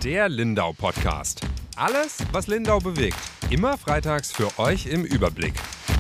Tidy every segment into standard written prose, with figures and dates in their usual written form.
Der Lindau-Podcast. Alles, was Lindau bewegt. Immer freitags für euch im Überblick.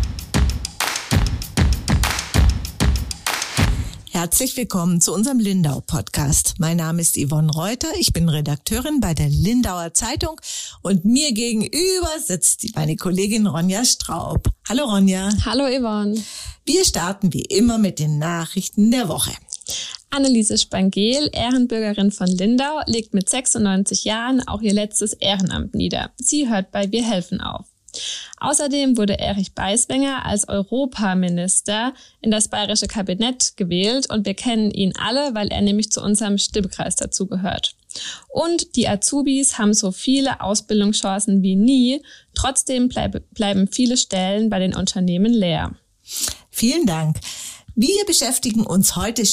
Herzlich willkommen zu unserem Lindau-Podcast. Mein Name ist Yvonne Reuter, ich bin Redakteurin bei der Lindauer Zeitung und mir gegenüber sitzt meine Kollegin Ronja Straub. Hallo Ronja. Hallo Yvonne. Wir starten wie immer mit den Nachrichten der Woche. Anneliese Spangel, Ehrenbürgerin von Lindau, legt mit 96 Jahren auch ihr letztes Ehrenamt nieder. Sie hört bei Wir helfen auf. Außerdem wurde Erich Beiswenger als Europaminister in das bayerische Kabinett gewählt und wir kennen ihn alle, weil er nämlich zu unserem Stimmkreis dazugehört. Und die Azubis haben so viele Ausbildungschancen wie nie, trotzdem bleiben viele Stellen bei den Unternehmen leer. Vielen Dank. Wir beschäftigen uns heute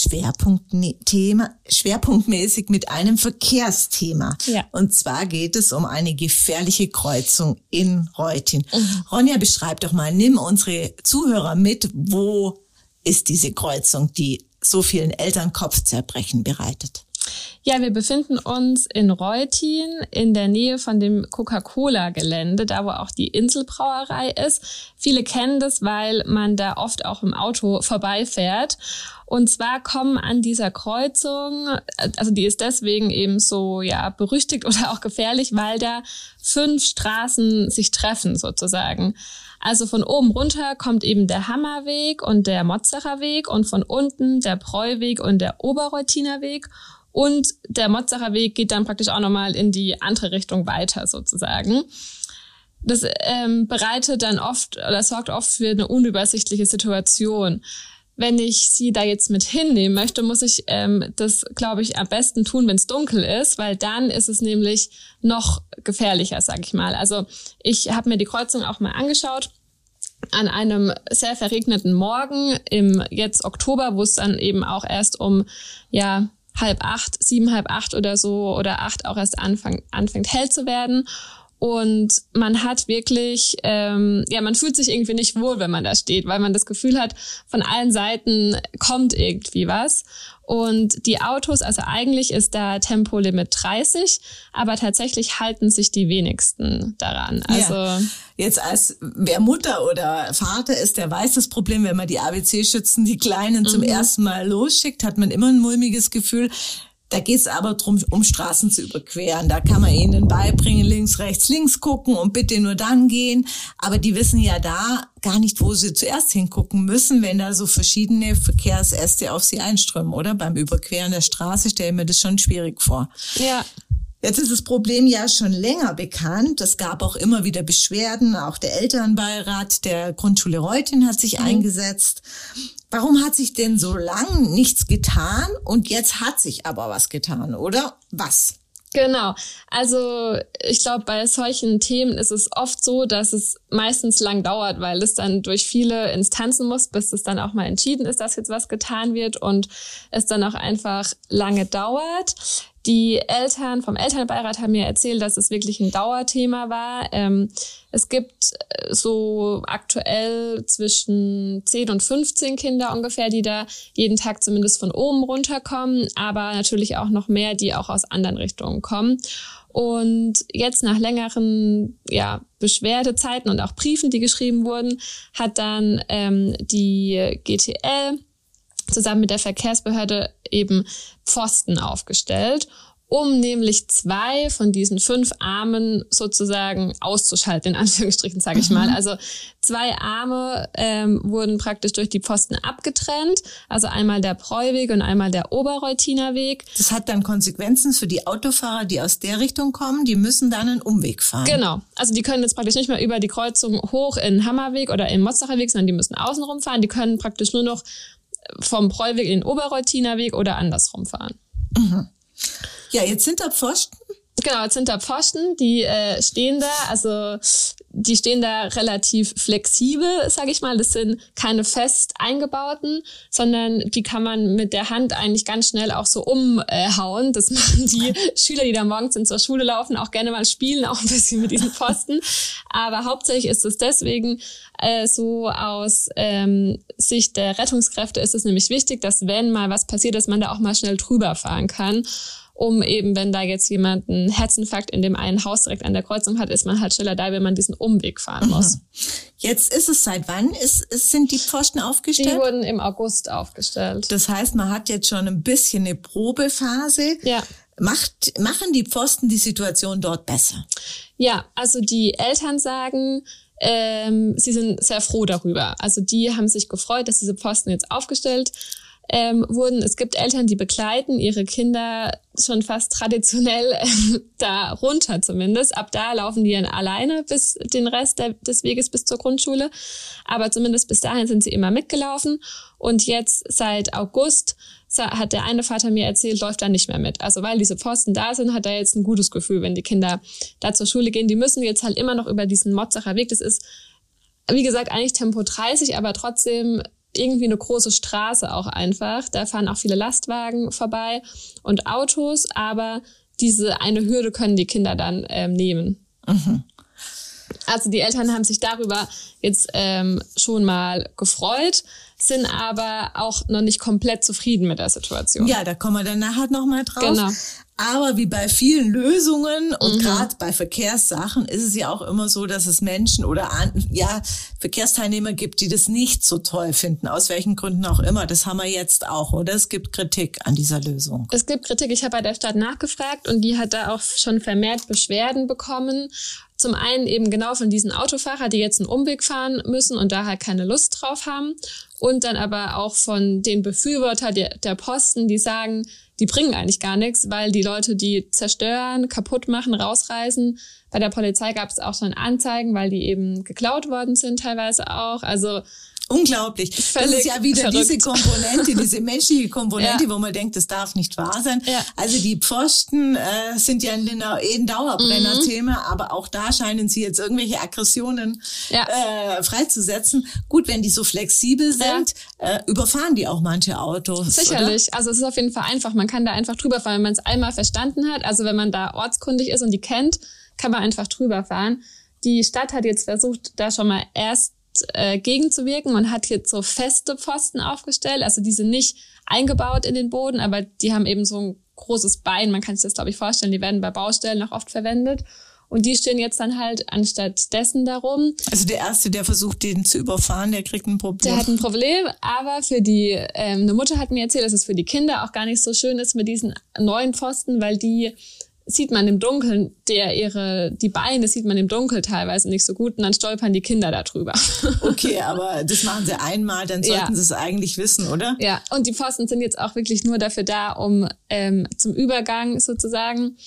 schwerpunktmäßig mit einem Verkehrsthema. Ja. Und zwar geht es um eine gefährliche Kreuzung in Reutin. Ronja, beschreib doch mal, nimm unsere Zuhörer mit, wo ist diese Kreuzung, die so vielen Eltern Kopfzerbrechen bereitet? Ja, wir befinden uns in Reutin in der Nähe von dem Coca-Cola-Gelände, da wo auch die Inselbrauerei ist. Viele kennen das, weil man da oft auch im Auto vorbeifährt. Und zwar kommen an dieser Kreuzung, also die ist deswegen eben so berüchtigt oder auch gefährlich, weil da 5 Straßen sich treffen sozusagen. Also von oben runter kommt eben der Hammerweg und der Motzacher Weg und von unten der Preuweg und der Oberreutiner Weg. Und der Motzacher Weg geht dann praktisch auch nochmal in die andere Richtung weiter sozusagen. Das bereitet dann oft oder sorgt oft für eine unübersichtliche Situation. Wenn ich Sie da jetzt mit hinnehmen möchte, muss ich das, glaube ich, am besten tun, wenn es dunkel ist, weil dann ist es nämlich noch gefährlicher, sag ich mal. Also ich habe mir die Kreuzung auch mal angeschaut an einem sehr verregneten Morgen im jetzt Oktober, wo es dann eben auch erst um 7, halb 8 oder so oder 8 auch erst anfängt hell zu werden. Und man hat wirklich, man fühlt sich irgendwie nicht wohl, wenn man da steht, weil man das Gefühl hat, von allen Seiten kommt irgendwie was. Und die Autos, also eigentlich ist da Tempolimit 30, aber tatsächlich halten sich die wenigsten daran. Also jetzt wer Mutter oder Vater ist, der weiß das Problem, wenn man die ABC-Schützen, die Kleinen zum ersten Mal losschickt, hat man immer ein mulmiges Gefühl. Da geht's aber drum, um Straßen zu überqueren. Da kann man ihnen beibringen, links, links gucken und bitte nur dann gehen. Aber die wissen ja da gar nicht, wo sie zuerst hingucken müssen, wenn da so verschiedene Verkehrsäste auf sie einströmen, oder? Beim Überqueren der Straße stelle ich mir das schon schwierig vor. Ja. Jetzt ist das Problem ja schon länger bekannt. Es gab auch immer wieder Beschwerden. Auch der Elternbeirat der Grundschule Reutin hat sich eingesetzt. Warum hat sich denn so lang nichts getan? Und jetzt hat sich aber was getan, oder? Was? Genau. Also ich glaube, bei solchen Themen ist es oft so, dass es meistens lang dauert, weil es dann durch viele Instanzen muss, bis es dann auch mal entschieden ist, dass jetzt was getan wird und es dann auch einfach lange dauert. Die Eltern vom Elternbeirat haben mir erzählt, dass es wirklich ein Dauerthema war. Es gibt so aktuell zwischen 10 und 15 Kinder ungefähr, die da jeden Tag zumindest von oben runterkommen, aber natürlich auch noch mehr, die auch aus anderen Richtungen kommen. Und jetzt nach längeren Beschwerdezeiten und auch Briefen, die geschrieben wurden, hat dann die GTL zusammen mit der Verkehrsbehörde eben Pfosten aufgestellt, um nämlich 2 von diesen 5 Armen sozusagen auszuschalten, in Anführungsstrichen, sage ich mal. Also 2 Arme wurden praktisch durch die Pfosten abgetrennt, also einmal der Preuweg und einmal der Oberreutiner Weg. Das hat dann Konsequenzen für die Autofahrer, die aus der Richtung kommen, die müssen dann einen Umweg fahren. Genau, also die können jetzt praktisch nicht mehr über die Kreuzung hoch in den Hammerweg oder in den Motzacher Weg, sondern die müssen außenrum fahren. Die können praktisch nur noch vom Preuweg in den Oberreutiner Weg oder andersrum fahren. Ja, jetzt sind da Pfosten. Genau, jetzt sind da Pfosten, die stehen da, also die stehen da relativ flexibel, sage ich mal. Das sind keine fest eingebauten, sondern die kann man mit der Hand eigentlich ganz schnell auch so umhauen. Das machen die Schüler, die da morgens zur Schule laufen, auch gerne mal spielen, auch ein bisschen mit diesen Pfosten. Aber hauptsächlich ist es deswegen so aus Sicht der Rettungskräfte ist es nämlich wichtig, dass wenn mal was passiert, dass man da auch mal schnell drüber fahren kann. um eben, wenn da jetzt jemand einen Herzinfarkt in dem einen Haus direkt an der Kreuzung hat, ist man halt schneller da, wenn man diesen Umweg fahren muss. Jetzt ist es, seit wann sind die Pfosten aufgestellt? Die wurden im August aufgestellt. Das heißt, man hat jetzt schon ein bisschen eine Probephase. Ja. Machen die Pfosten die Situation dort besser? Ja, also die Eltern sagen, sie sind sehr froh darüber. Also die haben sich gefreut, dass diese Pfosten jetzt aufgestellt wurden. Es gibt Eltern, die begleiten ihre Kinder schon fast traditionell da runter zumindest. Ab da laufen die dann alleine bis den Rest des Weges bis zur Grundschule. Aber zumindest bis dahin sind sie immer mitgelaufen. Und jetzt seit August hat der eine Vater mir erzählt, läuft er nicht mehr mit. Also weil diese Pfosten da sind, hat er jetzt ein gutes Gefühl, wenn die Kinder da zur Schule gehen. Die müssen jetzt halt immer noch über diesen Motzacher Weg. Das ist, wie gesagt, eigentlich Tempo 30, aber trotzdem irgendwie eine große Straße auch einfach. Da fahren auch viele Lastwagen vorbei und Autos, aber diese eine Hürde können die Kinder dann nehmen. Mhm. Also die Eltern haben sich darüber jetzt schon mal gefreut, sind aber auch noch nicht komplett zufrieden mit der Situation. Ja, da kommen wir dann nachher noch mal drauf. Genau. Aber wie bei vielen Lösungen und gerade bei Verkehrssachen ist es ja auch immer so, dass es Menschen oder Verkehrsteilnehmer gibt, die das nicht so toll finden, aus welchen Gründen auch immer. Das haben wir jetzt auch, oder? Es gibt Kritik an dieser Lösung. Es gibt Kritik. Ich habe bei der Stadt nachgefragt und die hat da auch schon vermehrt Beschwerden bekommen. Zum einen eben genau von diesen Autofahrern, die jetzt einen Umweg fahren müssen und da halt keine Lust drauf haben. Und dann aber auch von den Befürwortern der Posten, die sagen, die bringen eigentlich gar nichts, weil die Leute, die zerstören, kaputt machen, rausreißen. Bei der Polizei gab es auch schon Anzeigen, weil die eben geklaut worden sind teilweise auch. Also unglaublich. Das ist ja wieder verrückt. Diese Komponente, diese menschliche Komponente, wo man denkt, das darf nicht wahr sein. Ja. Also die Pfosten sind ja ein Dauerbrenner-Thema, aber auch da scheinen sie jetzt irgendwelche Aggressionen freizusetzen. Gut, wenn die so flexibel sind, überfahren die auch manche Autos. Sicherlich. Oder? Also es ist auf jeden Fall einfach. Man kann da einfach drüber fahren, wenn man es einmal verstanden hat. Also wenn man da ortskundig ist und die kennt, kann man einfach drüber fahren. Die Stadt hat jetzt versucht, da schon mal erst gegenzuwirken und hat jetzt so feste Pfosten aufgestellt. Also die sind nicht eingebaut in den Boden, aber die haben eben so ein großes Bein. Man kann sich das, glaube ich, vorstellen. Die werden bei Baustellen auch oft verwendet. Und die stehen jetzt dann halt anstatt dessen darum. Also der Erste, der versucht, den zu überfahren, der kriegt ein Problem. Der hat ein Problem, aber für die, eine Mutter hat mir erzählt, dass es für die Kinder auch gar nicht so schön ist mit diesen neuen Pfosten, weil die sieht man im Dunkeln, die Beine sieht man im Dunkeln teilweise nicht so gut und dann stolpern die Kinder da drüber. Okay, aber das machen sie einmal, dann sollten sie es eigentlich wissen, oder? Ja, und die Pfosten sind jetzt auch wirklich nur dafür da, um zum Übergang sozusagen,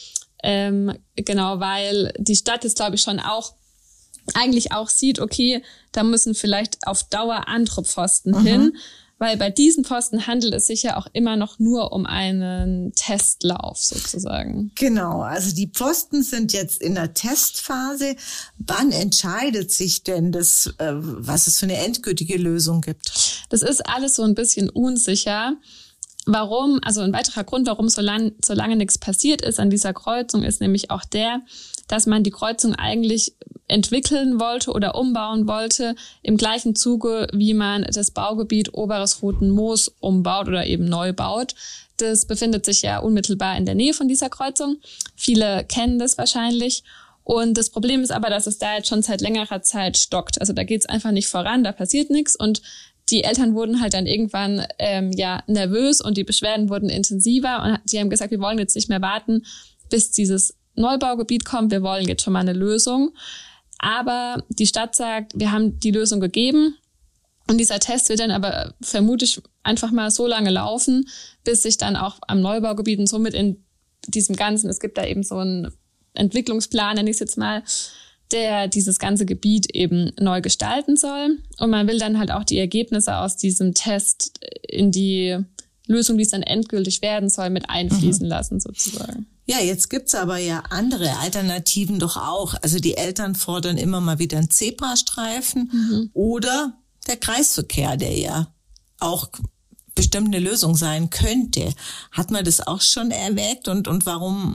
genau, weil die Stadt jetzt, glaube ich, schon auch eigentlich auch sieht, okay, da müssen vielleicht auf Dauer andere Pfosten hin. Weil bei diesen Pfosten handelt es sich ja auch immer noch nur um einen Testlauf sozusagen. Genau, also die Pfosten sind jetzt in der Testphase. Wann entscheidet sich denn das, was es für eine endgültige Lösung gibt? Das ist alles so ein bisschen unsicher. Warum? Also ein weiterer Grund, warum so lange nichts passiert ist an dieser Kreuzung, ist nämlich auch der, dass man die Kreuzung eigentlich entwickeln wollte oder umbauen wollte im gleichen Zuge, wie man das Baugebiet Oberes Rotenmoos umbaut oder eben neu baut. Das befindet sich ja unmittelbar in der Nähe von dieser Kreuzung. Viele kennen das wahrscheinlich. Und das Problem ist aber, dass es da jetzt schon seit längerer Zeit stockt. Also da geht es einfach nicht voran, da passiert nichts. Und die Eltern wurden halt dann irgendwann nervös und die Beschwerden wurden intensiver. Und die haben gesagt, wir wollen jetzt nicht mehr warten, bis dieses Neubaugebiet kommt. Wir wollen jetzt schon mal eine Lösung. Aber die Stadt sagt, wir haben die Lösung gegeben. Und dieser Test wird dann aber vermutlich einfach mal so lange laufen, bis sich dann auch am Neubaugebiet und somit in diesem Ganzen, es gibt da eben so einen Entwicklungsplan, nenne ich es jetzt mal, der dieses ganze Gebiet eben neu gestalten soll. Und man will dann halt auch die Ergebnisse aus diesem Test in die Lösung, die es dann endgültig werden soll, mit einfließen lassen sozusagen. Ja, jetzt gibt's aber ja andere Alternativen doch auch. Also die Eltern fordern immer mal wieder einen Zebrastreifen oder der Kreisverkehr, der ja auch bestimmt eine Lösung sein könnte. Hat man das auch schon erwägt und warum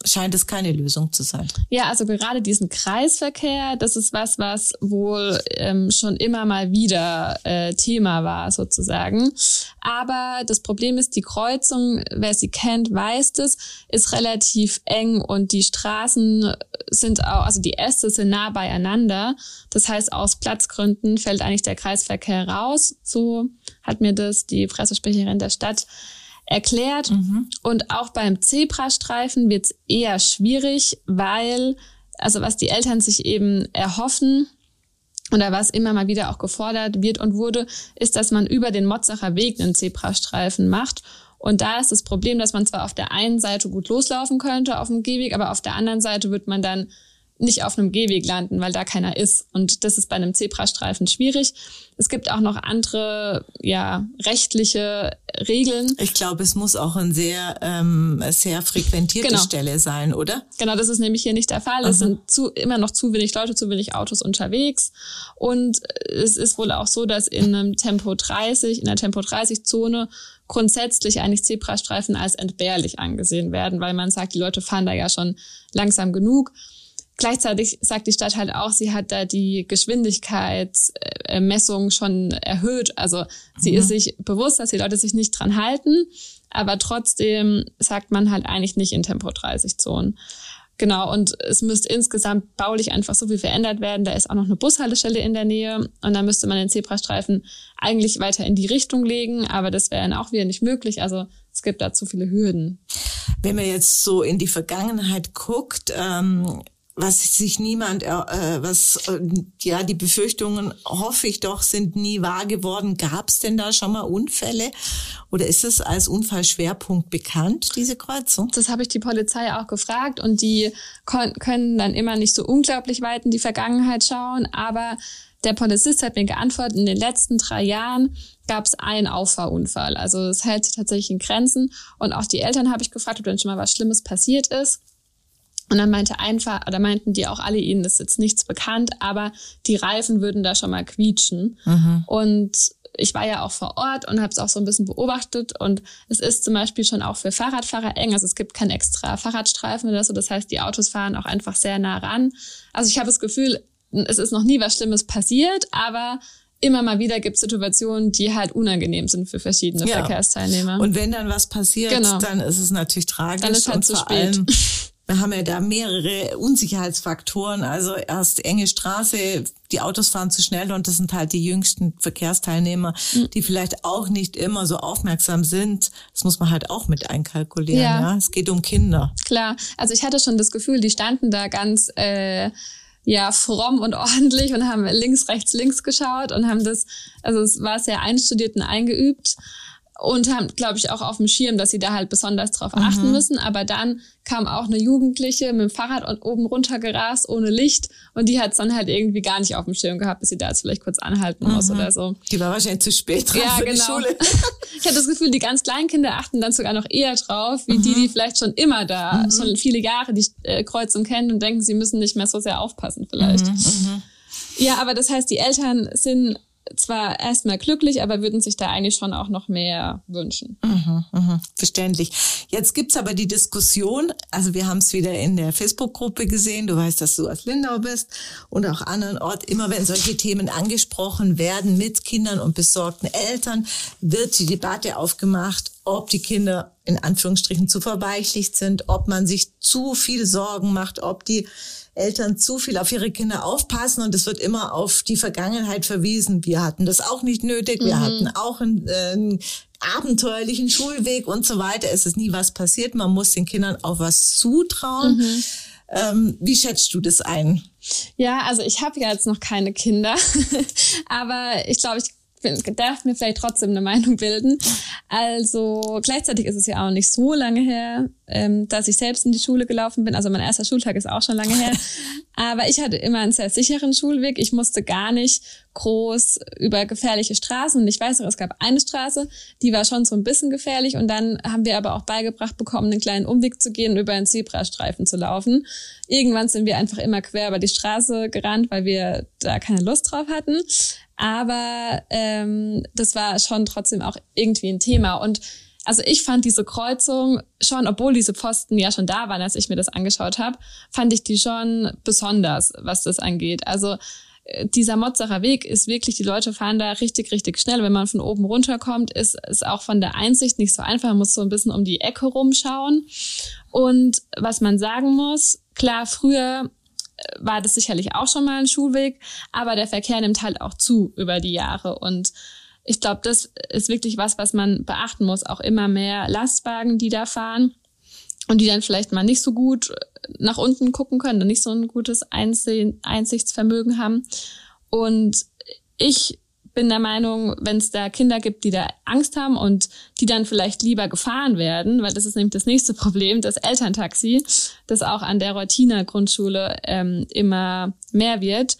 scheint es keine Lösung zu sein. Ja, also gerade diesen Kreisverkehr, das ist was wohl schon immer mal wieder Thema war sozusagen. Aber das Problem ist, die Kreuzung, wer sie kennt, weiß das, ist relativ eng und die Straßen sind auch, also die Äste sind nah beieinander. Das heißt, aus Platzgründen fällt eigentlich der Kreisverkehr raus. So hat mir das die Pressesprecherin der Stadt erklärt. Und auch beim Zebrastreifen wird es eher schwierig, weil, also was die Eltern sich eben erhoffen oder was immer mal wieder auch gefordert wird und wurde, ist, dass man über den Motzacher Weg einen Zebrastreifen macht. Und da ist das Problem, dass man zwar auf der einen Seite gut loslaufen könnte auf dem Gehweg, aber auf der anderen Seite wird man dann nicht auf einem Gehweg landen, weil da keiner ist. Und das ist bei einem Zebrastreifen schwierig. Es gibt auch noch andere, rechtliche Regeln. Ich glaube, es muss auch eine sehr frequentierte Stelle sein, oder? Genau, das ist nämlich hier nicht der Fall. Es sind immer noch zu wenig Leute, zu wenig Autos unterwegs. Und es ist wohl auch so, dass in der Tempo-30-Zone grundsätzlich eigentlich Zebrastreifen als entbehrlich angesehen werden, weil man sagt, die Leute fahren da ja schon langsam genug. Gleichzeitig sagt die Stadt halt auch, sie hat da die Geschwindigkeitsmessung schon erhöht. Also sie ist sich bewusst, dass die Leute sich nicht dran halten, aber trotzdem sagt man halt eigentlich nicht in Tempo-30-Zonen. Genau, und es müsste insgesamt baulich einfach so viel verändert werden. Da ist auch noch eine Bushaltestelle in der Nähe und da müsste man den Zebrastreifen eigentlich weiter in die Richtung legen, aber das wäre dann auch wieder nicht möglich. Also es gibt da zu viele Hürden. Wenn man jetzt so in die Vergangenheit guckt, was sich niemand, die Befürchtungen, hoffe ich doch, sind nie wahr geworden. Gab es denn da schon mal Unfälle? Oder ist es als Unfallschwerpunkt bekannt, diese Kreuzung? Das habe ich die Polizei auch gefragt und die können dann immer nicht so unglaublich weit in die Vergangenheit schauen. Aber der Polizist hat mir geantwortet, in den letzten 3 Jahren gab es einen Auffahrunfall. Also es hält sich tatsächlich in Grenzen. Und auch die Eltern habe ich gefragt, ob denn schon mal was Schlimmes passiert ist. Und dann meinten die auch alle, ihnen ist jetzt nichts bekannt, aber die Reifen würden da schon mal quietschen. Und ich war ja auch vor Ort und habe es auch so ein bisschen beobachtet. Und es ist zum Beispiel schon auch für Fahrradfahrer eng. Also es gibt keinen extra Fahrradstreifen oder so. Das heißt, die Autos fahren auch einfach sehr nah ran. Also ich habe das Gefühl, es ist noch nie was Schlimmes passiert, aber immer mal wieder gibt es Situationen, die halt unangenehm sind für verschiedene Verkehrsteilnehmer. Und wenn dann was passiert, dann ist es natürlich tragisch. Dann ist halt und zu vor spät. Allem, wir haben ja da mehrere Unsicherheitsfaktoren. Also erst enge Straße, die Autos fahren zu schnell und das sind halt die jüngsten Verkehrsteilnehmer, die vielleicht auch nicht immer so aufmerksam sind. Das muss man halt auch mit einkalkulieren. Ja. Es geht um Kinder. Klar, also ich hatte schon das Gefühl, die standen da ganz fromm und ordentlich und haben links, rechts, links geschaut und haben es war sehr einstudiert und eingeübt. Und haben, glaube ich, auch auf dem Schirm, dass sie da halt besonders drauf achten müssen. Aber dann kam auch eine Jugendliche mit dem Fahrrad oben runter gerast, ohne Licht. Und die hat es dann halt irgendwie gar nicht auf dem Schirm gehabt, bis sie da jetzt vielleicht kurz anhalten muss oder so. Die war wahrscheinlich zu spät dran für die Schule. Ich hatte das Gefühl, die ganz kleinen Kinder achten dann sogar noch eher drauf, wie die vielleicht schon immer da, schon viele Jahre die Kreuzung kennen und denken, sie müssen nicht mehr so sehr aufpassen vielleicht. Ja, aber das heißt, die Eltern sind zwar erstmal glücklich, aber würden sich da eigentlich schon auch noch mehr wünschen. Verständlich. Jetzt gibt's aber die Diskussion, also wir haben es wieder in der Facebook-Gruppe gesehen, du weißt, dass du aus Lindau bist und auch anderen Ort, immer wenn solche Themen angesprochen werden mit Kindern und besorgten Eltern, wird die Debatte aufgemacht, ob die Kinder in Anführungsstrichen zu verweichlicht sind, ob man sich zu viel Sorgen macht, ob die Eltern zu viel auf ihre Kinder aufpassen und es wird immer auf die Vergangenheit verwiesen. Wir hatten das auch nicht nötig, wir hatten auch einen abenteuerlichen Schulweg und so weiter. Es ist nie was passiert, man muss den Kindern auch was zutrauen. Wie schätzt du das ein? Ja, also ich habe ja jetzt noch keine Kinder, aber ich glaube, ich darf mir vielleicht trotzdem eine Meinung bilden. Also gleichzeitig ist es ja auch nicht so lange her, dass ich selbst in die Schule gelaufen bin. Also mein erster Schultag ist auch schon lange her. Aber ich hatte immer einen sehr sicheren Schulweg. Ich musste gar nicht groß über gefährliche Straßen. Und ich weiß noch, es gab eine Straße, die war schon so ein bisschen gefährlich. Und dann haben wir aber auch beigebracht bekommen, einen kleinen Umweg zu gehen und über einen Zebrastreifen zu laufen. Irgendwann sind wir einfach immer quer über die Straße gerannt, weil wir da keine Lust drauf hatten. Aber das war schon trotzdem auch irgendwie ein Thema. Und Also ich fand diese Kreuzung schon, obwohl diese Pfosten ja schon da waren, als ich mir das angeschaut habe, fand ich die schon besonders, was das angeht. Also dieser Motzacher Weg ist wirklich, die Leute fahren da richtig, richtig schnell. Wenn man von oben runterkommt, ist auch von der Einsicht nicht so einfach. Man muss so ein bisschen um die Ecke rumschauen. Und was man sagen muss, klar, früher war das sicherlich auch schon mal ein Schulweg, aber der Verkehr nimmt halt auch zu über die Jahre. Und ich glaube, das ist wirklich was man beachten muss. Auch immer mehr Lastwagen, die da fahren und die dann vielleicht mal nicht so gut nach unten gucken können und nicht so ein gutes Einsichtsvermögen haben. Und ich bin der Meinung, wenn es da Kinder gibt, die da Angst haben und die dann vielleicht lieber gefahren werden, weil das ist nämlich das nächste Problem, das Elterntaxi, das auch an der Reutiner Grundschule immer mehr wird,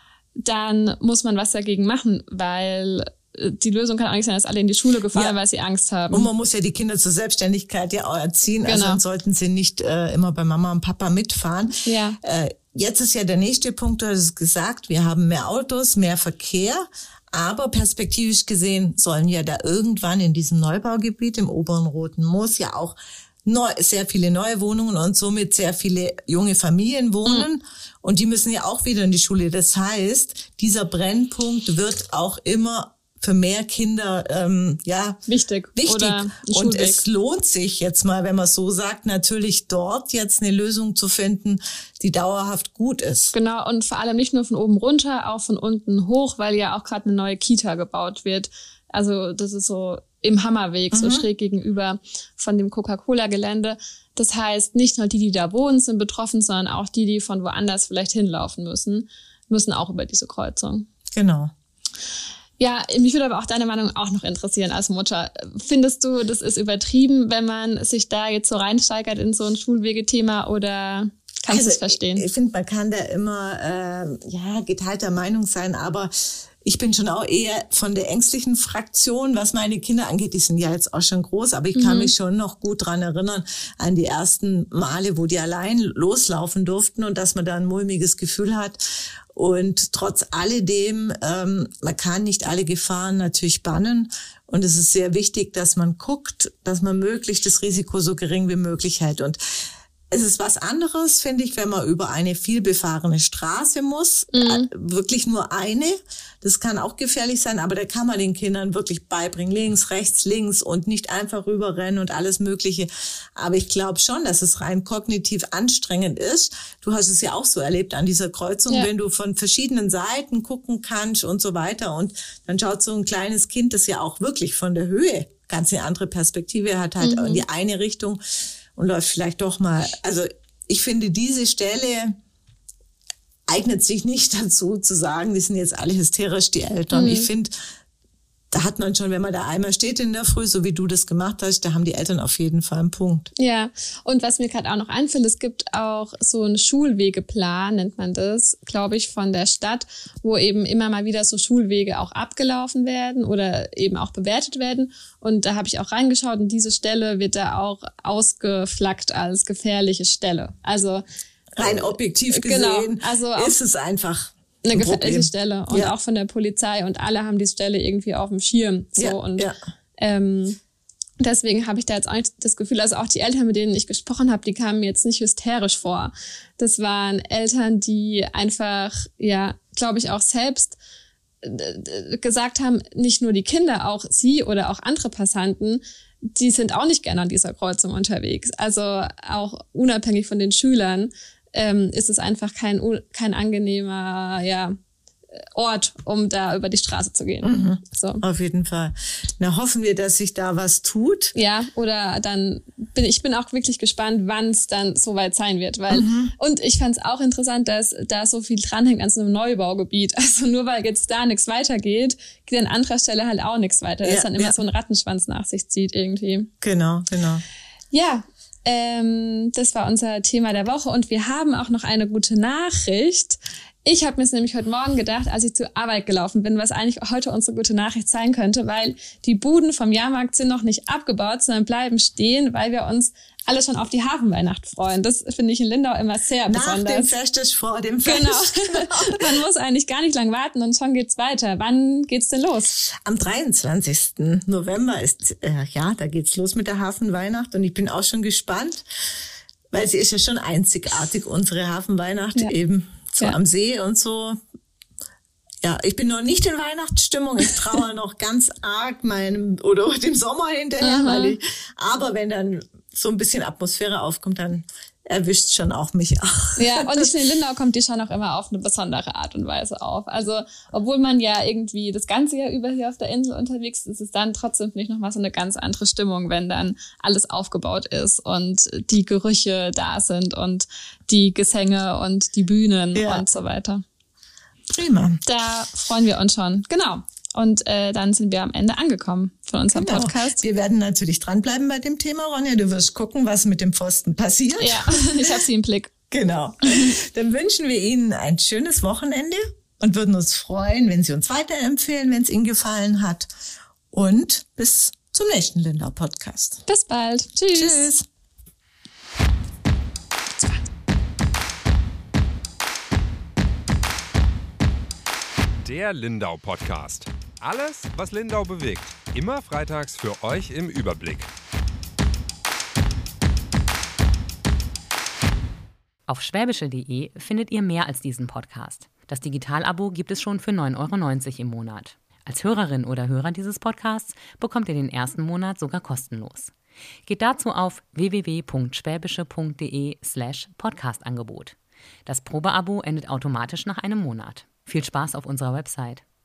dann muss man was dagegen machen, weil die Lösung kann auch nicht sein, dass alle in die Schule gefahren, weil sie Angst haben. Und man muss ja die Kinder zur Selbstständigkeit ja auch erziehen. Genau. Also dann sollten sie nicht immer bei Mama und Papa mitfahren. Ja. Jetzt ist ja der nächste Punkt, du hast es gesagt, wir haben mehr Autos, mehr Verkehr. Aber perspektivisch gesehen sollen ja da irgendwann in diesem Neubaugebiet im oberen Roten Moos ja auch sehr viele neue Wohnungen und somit sehr viele junge Familien wohnen. Und die müssen ja auch wieder in die Schule. Das heißt, dieser Brennpunkt wird auch immer für mehr Kinder wichtig. Oder und es lohnt sich jetzt mal, wenn man so sagt, natürlich dort jetzt eine Lösung zu finden, die dauerhaft gut ist. Genau, und vor allem nicht nur von oben runter, auch von unten hoch, weil ja auch gerade eine neue Kita gebaut wird. Also das ist so im Hammerweg, so schräg gegenüber von dem Coca-Cola-Gelände. Das heißt, nicht nur die da wohnen, sind betroffen, sondern auch die von woanders vielleicht hinlaufen müssen auch über diese Kreuzung. Genau. Ja, mich würde aber auch deine Meinung auch noch interessieren als Mutter. Findest du, das ist übertrieben, wenn man sich da jetzt so reinsteigert in so ein Schulwegethema oder kannst du es verstehen? Ich finde, man kann da immer geteilter Meinung sein, aber ich bin schon auch eher von der ängstlichen Fraktion, was meine Kinder angeht. Die sind ja jetzt auch schon groß, aber ich kann mich schon noch gut dran erinnern an die ersten Male, wo die allein loslaufen durften und dass man da ein mulmiges Gefühl hat. Und trotz alledem, man kann nicht alle Gefahren natürlich bannen. Und es ist sehr wichtig, dass man guckt, dass man möglichst das Risiko so gering wie möglich hält. Und es ist was anderes, finde ich, wenn man über eine viel befahrene Straße muss. Wirklich nur eine. Das kann auch gefährlich sein, aber da kann man den Kindern wirklich beibringen. Links, rechts, links und nicht einfach rüberrennen und alles Mögliche. Aber ich glaube schon, dass es rein kognitiv anstrengend ist. Du hast es ja auch so erlebt an dieser Kreuzung, wenn du von verschiedenen Seiten gucken kannst und so weiter. Und dann schaut so ein kleines Kind, das ja auch wirklich von der Höhe ganz eine andere Perspektive hat, halt in die eine Richtung und läuft vielleicht doch mal. Also ich finde, diese Stelle eignet sich nicht dazu zu sagen, die sind jetzt alle hysterisch, die Eltern. Ich finde, da hat man schon, wenn man da einmal steht in der Früh, so wie du das gemacht hast, da haben die Eltern auf jeden Fall einen Punkt. Ja, und was mir gerade auch noch einfällt, es gibt auch so einen Schulwegeplan, nennt man das, glaube ich, von der Stadt, wo eben immer mal wieder so Schulwege auch abgelaufen werden oder eben auch bewertet werden. Und da habe ich auch reingeschaut und diese Stelle wird da auch ausgeflaggt als gefährliche Stelle. Also rein objektiv gesehen also ist es einfach eine gefährliche Stelle und auch von der Polizei und alle haben die Stelle irgendwie auf dem Schirm. Deswegen habe ich da jetzt auch nicht das Gefühl, also auch die Eltern, mit denen ich gesprochen habe, die kamen mir jetzt nicht hysterisch vor. Das waren Eltern, die einfach, glaube ich, auch selbst gesagt haben, nicht nur die Kinder, auch sie oder auch andere Passanten, die sind auch nicht gerne an dieser Kreuzung unterwegs. Also auch unabhängig von den Schülern ist es einfach kein angenehmer Ort, um da über die Straße zu gehen. So. Auf jeden Fall. Na, hoffen wir, dass sich da was tut. Ja, oder dann bin ich auch wirklich gespannt, wann es dann soweit sein wird. Weil und ich fand es auch interessant, dass da so viel dranhängt an so einem Neubaugebiet. Also nur weil jetzt da nichts weitergeht, geht an anderer Stelle halt auch nichts weiter. Das dann immer so ein Rattenschwanz nach sich zieht irgendwie. Genau. Ja, das war unser Thema der Woche und wir haben auch noch eine gute Nachricht. Ich habe mir nämlich heute Morgen gedacht, als ich zur Arbeit gelaufen bin, was eigentlich heute unsere gute Nachricht sein könnte, weil die Buden vom Jahrmarkt sind noch nicht abgebaut, sondern bleiben stehen, weil wir uns alle schon auf die Hafenweihnacht freuen. Das finde ich in Lindau immer sehr besonders. Nach dem Fest ist vor dem Fest. Genau. Man muss eigentlich gar nicht lang warten und schon geht's weiter. Wann geht's denn los? Am 23. November ist, da geht's los mit der Hafenweihnacht und ich bin auch schon gespannt, weil sie ist ja schon einzigartig, unsere Hafenweihnacht, eben so am See und so. Ja, ich bin noch nicht in Weihnachtsstimmung. Ich traue noch ganz arg dem Sommer hinterher, aber wenn dann so ein bisschen Atmosphäre aufkommt, dann erwischt schon auch mich auch. Ja, und ich finde, in Lindau kommt die schon auch immer auf eine besondere Art und Weise auf. Also, obwohl man ja irgendwie das ganze Jahr über hier auf der Insel unterwegs ist, ist es dann trotzdem, finde ich, nochmal so eine ganz andere Stimmung, wenn dann alles aufgebaut ist und die Gerüche da sind und die Gesänge und die Bühnen und so weiter. Prima. Da freuen wir uns schon. Genau. Und dann sind wir am Ende angekommen von unserem Podcast. Wir werden natürlich dranbleiben bei dem Thema, Ronja. Du wirst gucken, was mit dem Pfosten passiert. Ja, ich habe sie im Blick. Genau. Dann wünschen wir Ihnen ein schönes Wochenende und würden uns freuen, wenn Sie uns weiterempfehlen, wenn es Ihnen gefallen hat. Und bis zum nächsten Lindau-Podcast. Bis bald. Tschüss. Tschüss. Der Lindau-Podcast. Alles, was Lindau bewegt. Immer freitags für euch im Überblick. Auf schwäbische.de findet ihr mehr als diesen Podcast. Das Digital-Abo gibt es schon für 9,90 € im Monat. Als Hörerin oder Hörer dieses Podcasts bekommt ihr den ersten Monat sogar kostenlos. Geht dazu auf www.schwäbische.de/Podcastangebot. Das Probeabo endet automatisch nach einem Monat. Viel Spaß auf unserer Website.